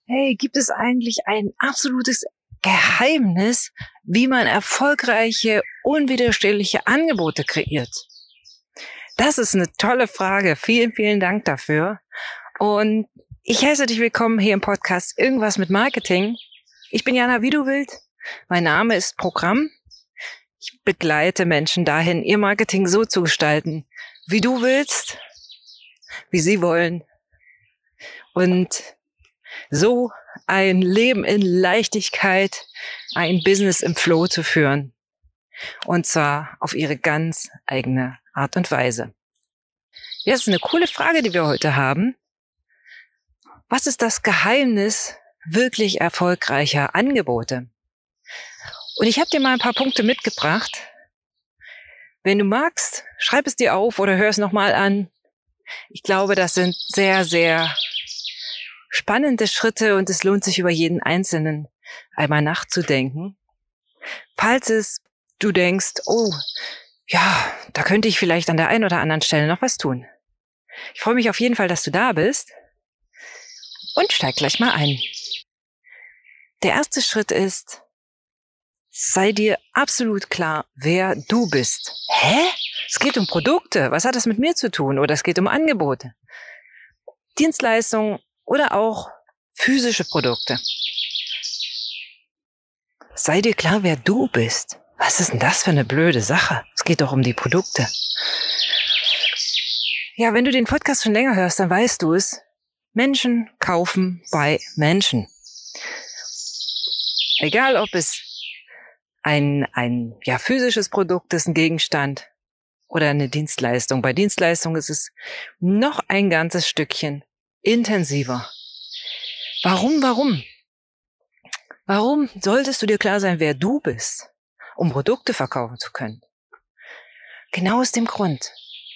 Hey, gibt es eigentlich ein absolutes Geheimnis, wie man erfolgreiche, unwiderstehliche Angebote kreiert? Das ist eine tolle Frage. Vielen, vielen Dank dafür. Und ich heiße dich willkommen hier im Podcast Irgendwas mit Marketing. Ich bin Jana Wieduwild. Mein Name ist Programm. Ich begleite Menschen dahin, ihr Marketing so zu gestalten, wie du willst, wie sie wollen. Und so ein Leben in Leichtigkeit, ein Business im Flow zu führen. Und zwar auf ihre ganz eigene Art und Weise. Ja, das ist eine coole Frage, die wir heute haben. Was ist das Geheimnis wirklich erfolgreicher Angebote? Und ich habe dir mal ein paar Punkte mitgebracht. Wenn du magst, schreib es dir auf oder hör es nochmal an. Ich glaube, das sind sehr, sehr spannende Schritte und es lohnt sich, über jeden einzelnen einmal nachzudenken. Falls du denkst, oh, ja, da könnte ich vielleicht an der einen oder anderen Stelle noch was tun. Ich freue mich auf jeden Fall, dass du da bist und steig gleich mal ein. Der erste Schritt ist, sei dir absolut klar, wer du bist. Hä? Es geht um Produkte. Was hat das mit mir zu tun? Oder es geht um Angebote, Dienstleistungen oder auch physische Produkte. Sei dir klar, wer du bist. Was ist denn das für eine blöde Sache? Es geht doch um die Produkte. Ja, wenn du den Podcast schon länger hörst, dann weißt du es. Menschen kaufen bei Menschen. Egal, ob es ein physisches Produkt ist, ein Gegenstand oder eine Dienstleistung. Bei Dienstleistung ist es noch ein ganzes Stückchen intensiver. Warum? Warum solltest du dir klar sein, wer du bist, um Produkte verkaufen zu können? Genau aus dem Grund.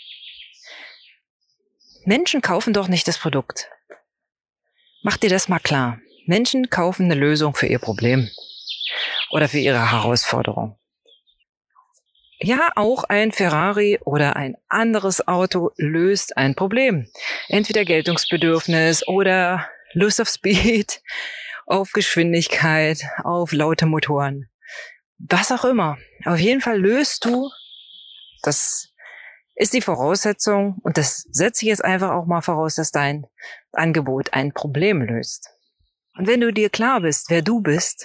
Menschen kaufen doch nicht das Produkt. Mach dir das mal klar. Menschen kaufen eine Lösung für ihr Problem oder für ihre Herausforderung. Ja, auch ein Ferrari oder ein anderes Auto löst ein Problem. Entweder Geltungsbedürfnis oder Lust auf Speed, auf Geschwindigkeit, auf laute Motoren. Was auch immer. Auf jeden Fall löst du, das ist die Voraussetzung und das setze ich jetzt einfach auch mal voraus, dass dein Angebot ein Problem löst. Und wenn du dir klar bist, wer du bist,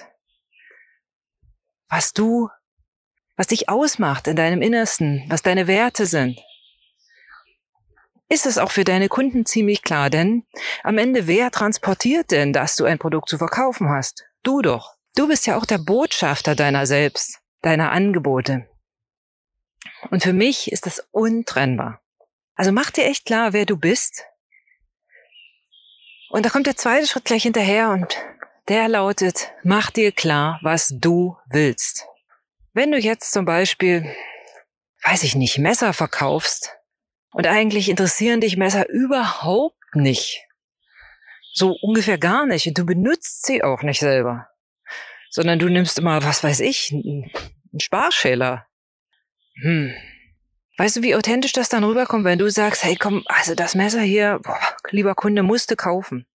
was dich ausmacht in deinem Innersten, was deine Werte sind, ist es auch für deine Kunden ziemlich klar, denn am Ende, wer transportiert denn, dass du ein Produkt zu verkaufen hast? Du doch. Du bist ja auch der Botschafter deiner selbst, deiner Angebote. Und für mich ist das untrennbar. Also mach dir echt klar, wer du bist. Und da kommt der zweite Schritt gleich hinterher und der lautet, mach dir klar, was du willst. Wenn du jetzt zum Beispiel, Messer verkaufst und eigentlich interessieren dich Messer überhaupt nicht, so ungefähr gar nicht und du benutzt sie auch nicht selber, sondern du nimmst immer, einen Sparschäler. Weißt du, wie authentisch das dann rüberkommt, wenn du sagst, hey komm, also das Messer hier, lieber Kunde, musst du kaufen.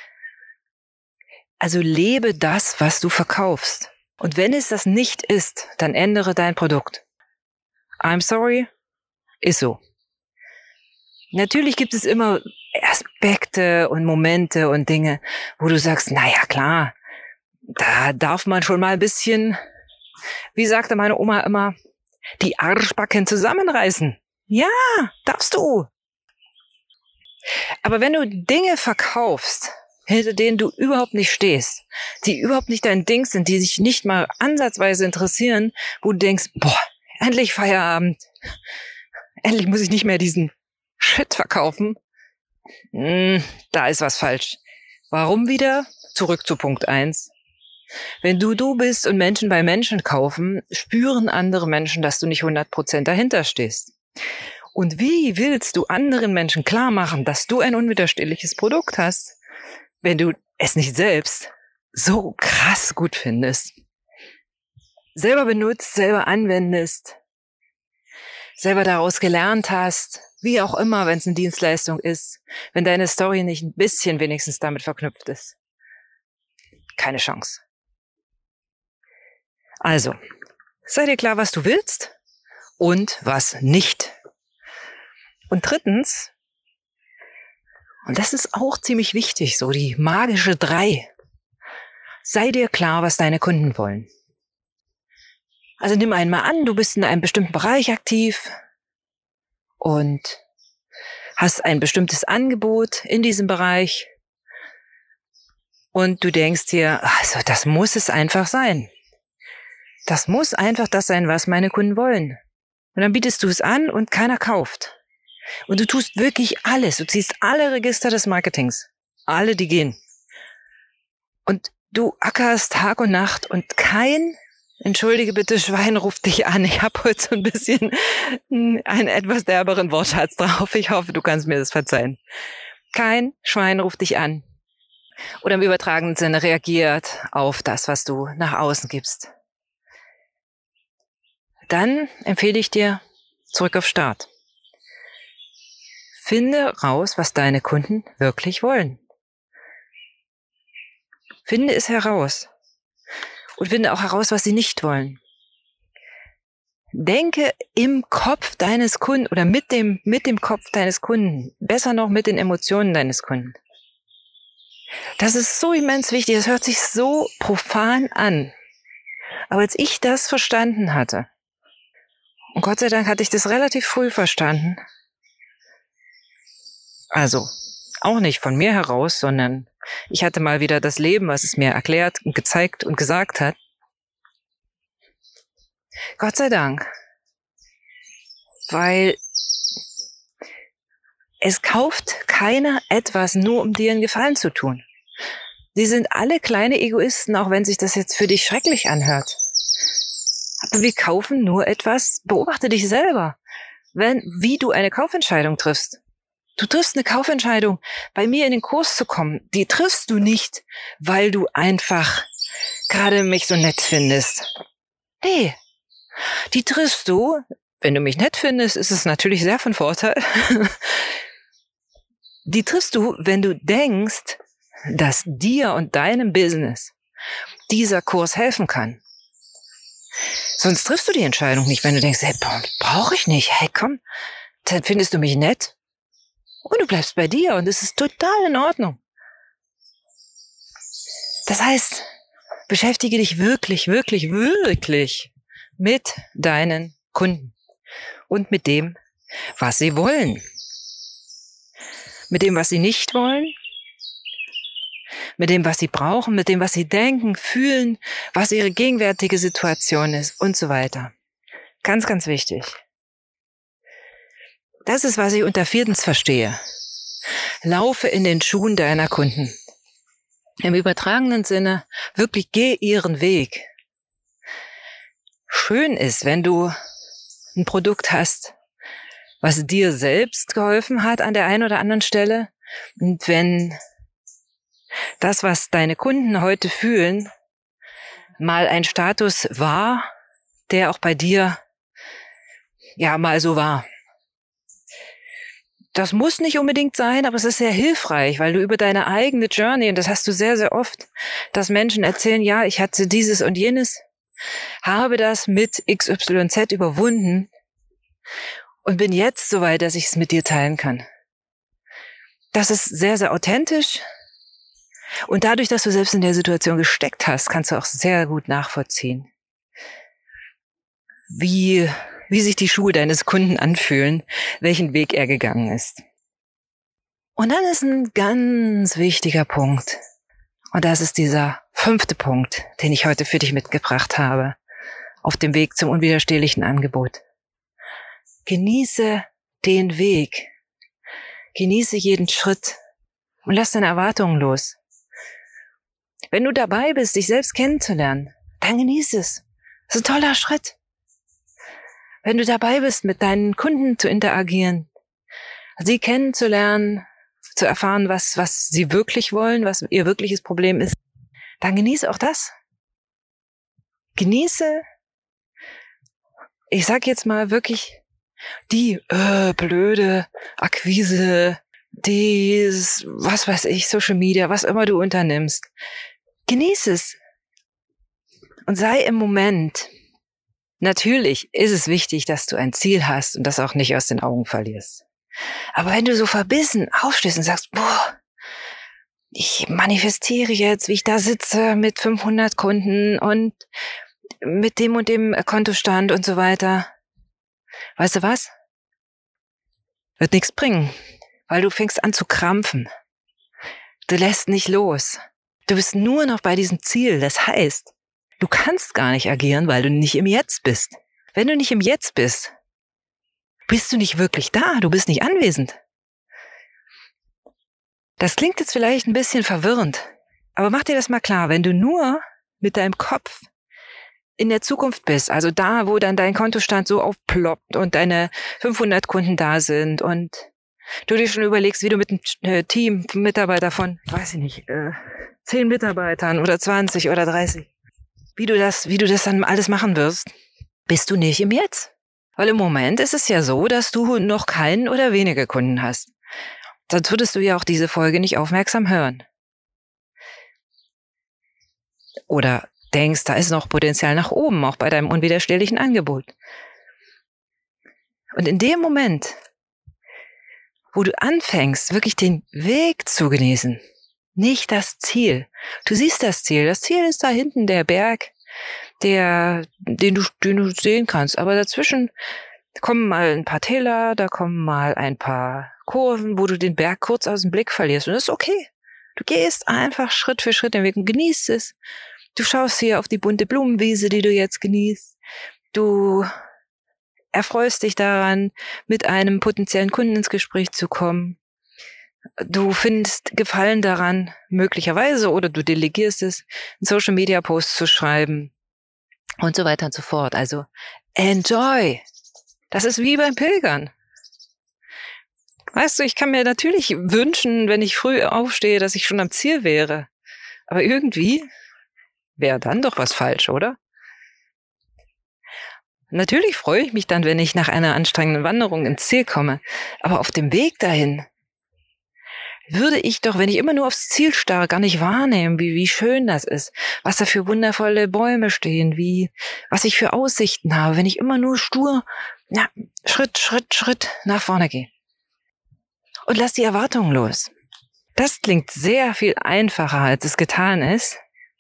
Also lebe das, was du verkaufst. Und wenn es das nicht ist, dann ändere dein Produkt. I'm sorry, ist so. Natürlich gibt es immer Aspekte und Momente und Dinge, wo du sagst, naja klar, da darf man schon mal ein bisschen, wie sagte meine Oma immer, die Arschbacken zusammenreißen. Ja, darfst du. Aber wenn du Dinge verkaufst, hinter denen du überhaupt nicht stehst, die überhaupt nicht dein Ding sind, die dich nicht mal ansatzweise interessieren, wo du denkst, endlich Feierabend, endlich muss ich nicht mehr diesen Shit verkaufen, da ist was falsch. Warum wieder? Zurück zu Punkt 1. Wenn du bist und Menschen bei Menschen kaufen, spüren andere Menschen, dass du nicht 100% dahinter stehst. Und wie willst du anderen Menschen klar machen, dass du ein unwiderstehliches Produkt hast, wenn du es nicht selbst so krass gut findest? Selber benutzt, selber anwendest, selber daraus gelernt hast, wie auch immer, wenn es eine Dienstleistung ist, wenn deine Story nicht ein bisschen wenigstens damit verknüpft ist. keine Chance. Also, sei dir klar, was du willst und was nicht. Und drittens, und das ist auch ziemlich wichtig, so die magische 3, sei dir klar, was deine Kunden wollen. Also nimm einmal an, du bist in einem bestimmten Bereich aktiv und hast ein bestimmtes Angebot in diesem Bereich und du denkst dir, also das muss es einfach sein. Das muss einfach das sein, was meine Kunden wollen. Und dann bietest du es an und keiner kauft. Und du tust wirklich alles. Du ziehst alle Register des Marketings. Alle, die gehen. Und du ackerst Tag und Nacht und kein, entschuldige bitte, Schwein ruft dich an. Ich habe heute so ein bisschen einen etwas derberen Wortschatz drauf. Ich hoffe, du kannst mir das verzeihen. Kein Schwein ruft dich an. Oder im übertragenen Sinne reagiert auf das, was du nach außen gibst. Dann empfehle ich dir, zurück auf Start. Finde raus, was deine Kunden wirklich wollen. Finde es heraus. Und finde auch heraus, was sie nicht wollen. Denke im Kopf deines Kunden oder mit dem Kopf deines Kunden. Besser noch mit den Emotionen deines Kunden. Das ist so immens wichtig. Das hört sich so profan an. Aber als ich das verstanden hatte, und Gott sei Dank hatte ich das relativ früh verstanden, also auch nicht von mir heraus, sondern ich hatte mal wieder das Leben, was es mir erklärt und gezeigt und gesagt hat. Gott sei Dank. Weil es kauft keiner etwas, nur um dir einen Gefallen zu tun. Die sind alle kleine Egoisten, auch wenn sich das jetzt für dich schrecklich anhört. Aber wir kaufen nur etwas, beobachte dich selber, wie du eine Kaufentscheidung triffst. Du triffst eine Kaufentscheidung, bei mir in den Kurs zu kommen. Die triffst du nicht, weil du einfach gerade mich so nett findest. Nee, die triffst du, wenn du mich nett findest, ist es natürlich sehr von Vorteil. Die triffst du, wenn du denkst, dass dir und deinem Business dieser Kurs helfen kann. Sonst triffst du die Entscheidung nicht, wenn du denkst, hey, brauche ich nicht. Hey, komm, dann findest du mich nett. Und du bleibst bei dir und es ist total in Ordnung. Das heißt, beschäftige dich wirklich, wirklich, wirklich mit deinen Kunden und mit dem, was sie wollen. Mit dem, was sie nicht wollen. Mit dem, was sie brauchen, mit dem, was sie denken, fühlen, was ihre gegenwärtige Situation ist und so weiter. Ganz, ganz wichtig. Das ist, was ich unter 4. verstehe. Laufe in den Schuhen deiner Kunden. Im übertragenen Sinne, wirklich geh ihren Weg. Schön ist, wenn du ein Produkt hast, was dir selbst geholfen hat an der einen oder anderen Stelle. Und wenn das, was deine Kunden heute fühlen, mal ein Status war, der auch bei dir ja mal so war. Das muss nicht unbedingt sein, aber es ist sehr hilfreich, weil du über deine eigene Journey, und das hast du sehr, sehr oft, dass Menschen erzählen, ja, ich hatte dieses und jenes, habe das mit XYZ überwunden und bin jetzt so weit, dass ich es mit dir teilen kann. Das ist sehr, sehr authentisch und dadurch, dass du selbst in der Situation gesteckt hast, kannst du auch sehr gut nachvollziehen, wie sich die Schuhe deines Kunden anfühlen, welchen Weg er gegangen ist. Und dann ist ein ganz wichtiger Punkt. Und das ist dieser 5. Punkt, den ich heute für dich mitgebracht habe, auf dem Weg zum unwiderstehlichen Angebot. Genieße den Weg. Genieße jeden Schritt und lass deine Erwartungen los. Wenn du dabei bist, dich selbst kennenzulernen, dann genieße es. Das ist ein toller Schritt. Wenn du dabei bist, mit deinen Kunden zu interagieren, sie kennenzulernen, zu erfahren, was sie wirklich wollen, was ihr wirkliches Problem ist, dann genieße auch das. Genieße, ich sag jetzt mal wirklich, die blöde Akquise, was weiß ich, Social Media, was immer du unternimmst. Genieß es und sei im Moment. Natürlich ist es wichtig, dass du ein Ziel hast und das auch nicht aus den Augen verlierst. Aber wenn du so verbissen aufstehst und sagst, boah, ich manifestiere jetzt, wie ich da sitze mit 500 Kunden und mit dem und dem Kontostand und so weiter. Weißt du was? Wird nichts bringen, weil du fängst an zu krampfen. Du lässt nicht los. Du bist nur noch bei diesem Ziel. Das heißt, du kannst gar nicht agieren, weil du nicht im Jetzt bist. Wenn du nicht im Jetzt bist, bist du nicht wirklich da. Du bist nicht anwesend. Das klingt jetzt vielleicht ein bisschen verwirrend, aber mach dir das mal klar. Wenn du nur mit deinem Kopf in der Zukunft bist, also da, wo dann dein Kontostand so aufploppt und deine 500 Kunden da sind und du dir schon überlegst, wie du mit einem Team, Mitarbeiter von, weiß ich nicht, 10 Mitarbeitern oder 20 oder 30, wie du das dann alles machen wirst, bist du nicht im Jetzt. Weil im Moment ist es ja so, dass du noch keinen oder wenige Kunden hast. Sonst würdest du ja auch diese Folge nicht aufmerksam hören. Oder denkst, da ist noch Potenzial nach oben, auch bei deinem unwiderstehlichen Angebot. Und in dem Moment, wo du anfängst, wirklich den Weg zu genießen, nicht das Ziel. Du siehst das Ziel. Das Ziel ist da hinten der Berg, den du sehen kannst. Aber dazwischen kommen mal ein paar Täler, da kommen mal ein paar Kurven, wo du den Berg kurz aus dem Blick verlierst. Und das ist okay. Du gehst einfach Schritt für Schritt den Weg und genießt es. Du schaust hier auf die bunte Blumenwiese, die du jetzt genießt. Du erfreust dich daran, mit einem potenziellen Kunden ins Gespräch zu kommen. Du findest Gefallen daran, möglicherweise, oder du delegierst es, einen Social-Media-Post zu schreiben und so weiter und so fort. Also enjoy. Das ist wie beim Pilgern. Weißt du, ich kann mir natürlich wünschen, wenn ich früh aufstehe, dass ich schon am Ziel wäre. Aber irgendwie wäre dann doch was falsch, oder? Natürlich freue ich mich dann, wenn ich nach einer anstrengenden Wanderung ins Ziel komme. Aber auf dem Weg dahin würde ich doch, wenn ich immer nur aufs Ziel starre, gar nicht wahrnehmen, wie schön das ist, was da für wundervolle Bäume stehen, was ich für Aussichten habe, wenn ich immer nur stur, Schritt nach vorne gehe. Und lass die Erwartungen los. Das klingt sehr viel einfacher, als es getan ist.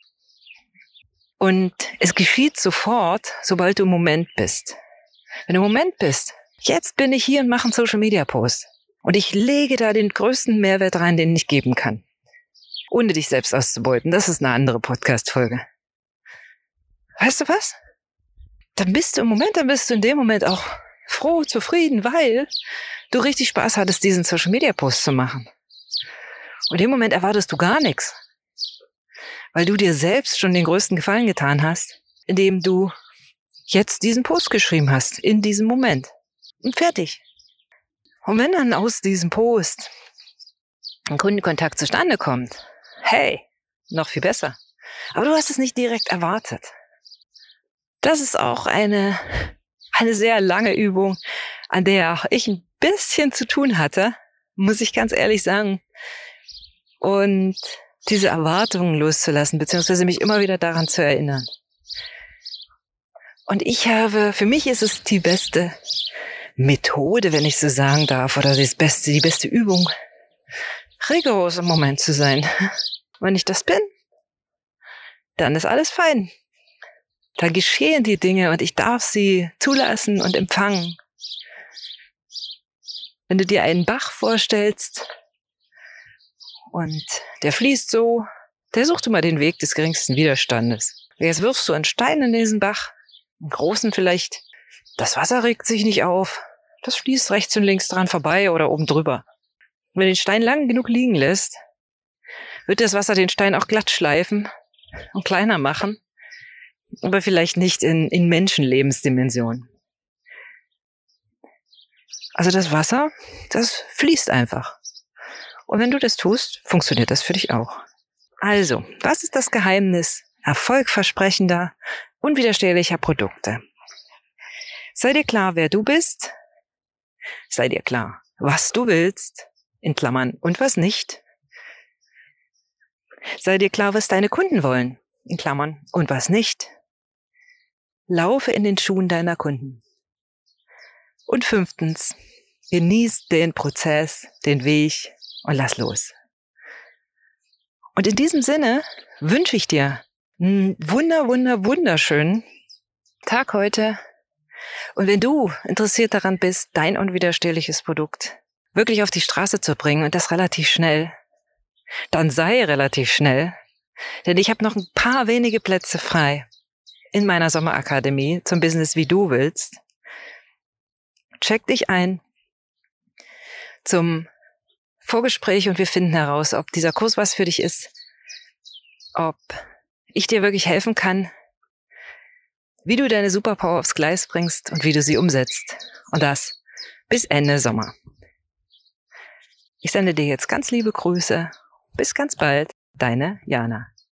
Und es geschieht sofort, sobald du im Moment bist. Wenn du im Moment bist, jetzt bin ich hier und mache einen Social-Media-Post. Und ich lege da den größten Mehrwert rein, den ich geben kann. Ohne dich selbst auszubeuten. Das ist eine andere Podcast-Folge. Weißt du was? Dann bist du in dem Moment auch froh, zufrieden, weil du richtig Spaß hattest, diesen Social-Media-Post zu machen. Und in dem Moment erwartest du gar nichts. Weil du dir selbst schon den größten Gefallen getan hast, indem du jetzt diesen Post geschrieben hast, in diesem Moment. Und fertig. Und wenn dann aus diesem Post ein Kundenkontakt zustande kommt, hey, noch viel besser. Aber du hast es nicht direkt erwartet. Das ist auch eine sehr lange Übung, an der auch ich ein bisschen zu tun hatte, muss ich ganz ehrlich sagen. Und diese Erwartungen loszulassen, beziehungsweise mich immer wieder daran zu erinnern. Und für mich ist es die beste Methode, wenn ich so sagen darf, oder die beste Übung, rigoros im Moment zu sein. Wenn ich das bin, dann ist alles fein. Da geschehen die Dinge und ich darf sie zulassen und empfangen. Wenn du dir einen Bach vorstellst und der fließt so, der sucht immer den Weg des geringsten Widerstandes. Jetzt wirfst du einen Stein in diesen Bach, einen großen vielleicht. Das Wasser regt sich nicht auf. Das fließt rechts und links dran vorbei oder oben drüber. Und wenn du den Stein lang genug liegen lässt, wird das Wasser den Stein auch glatt schleifen und kleiner machen, aber vielleicht nicht in Menschenlebensdimensionen. Also das Wasser, das fließt einfach. Und wenn du das tust, funktioniert das für dich auch. Also, was ist das Geheimnis erfolgversprechender, unwiderstehlicher Produkte? Sei dir klar, wer du bist. Sei dir klar, was du willst, in Klammern, und was nicht. Sei dir klar, was deine Kunden wollen, in Klammern, und was nicht. Laufe in den Schuhen deiner Kunden. Und 5. Genieß den Prozess, den Weg und lass los. Und in diesem Sinne wünsche ich dir einen wunderschönen Tag heute. Und wenn du interessiert daran bist, dein unwiderstehliches Produkt wirklich auf die Straße zu bringen und das relativ schnell, dann sei relativ schnell, denn ich habe noch ein paar wenige Plätze frei in meiner Sommerakademie zum Business wie du willst. Check dich ein zum Vorgespräch und wir finden heraus, ob dieser Kurs was für dich ist, ob ich dir wirklich helfen kann, wie du deine Superpower aufs Gleis bringst und wie du sie umsetzt. Und das bis Ende Sommer. Ich sende dir jetzt ganz liebe Grüße. Bis ganz bald, deine Jana.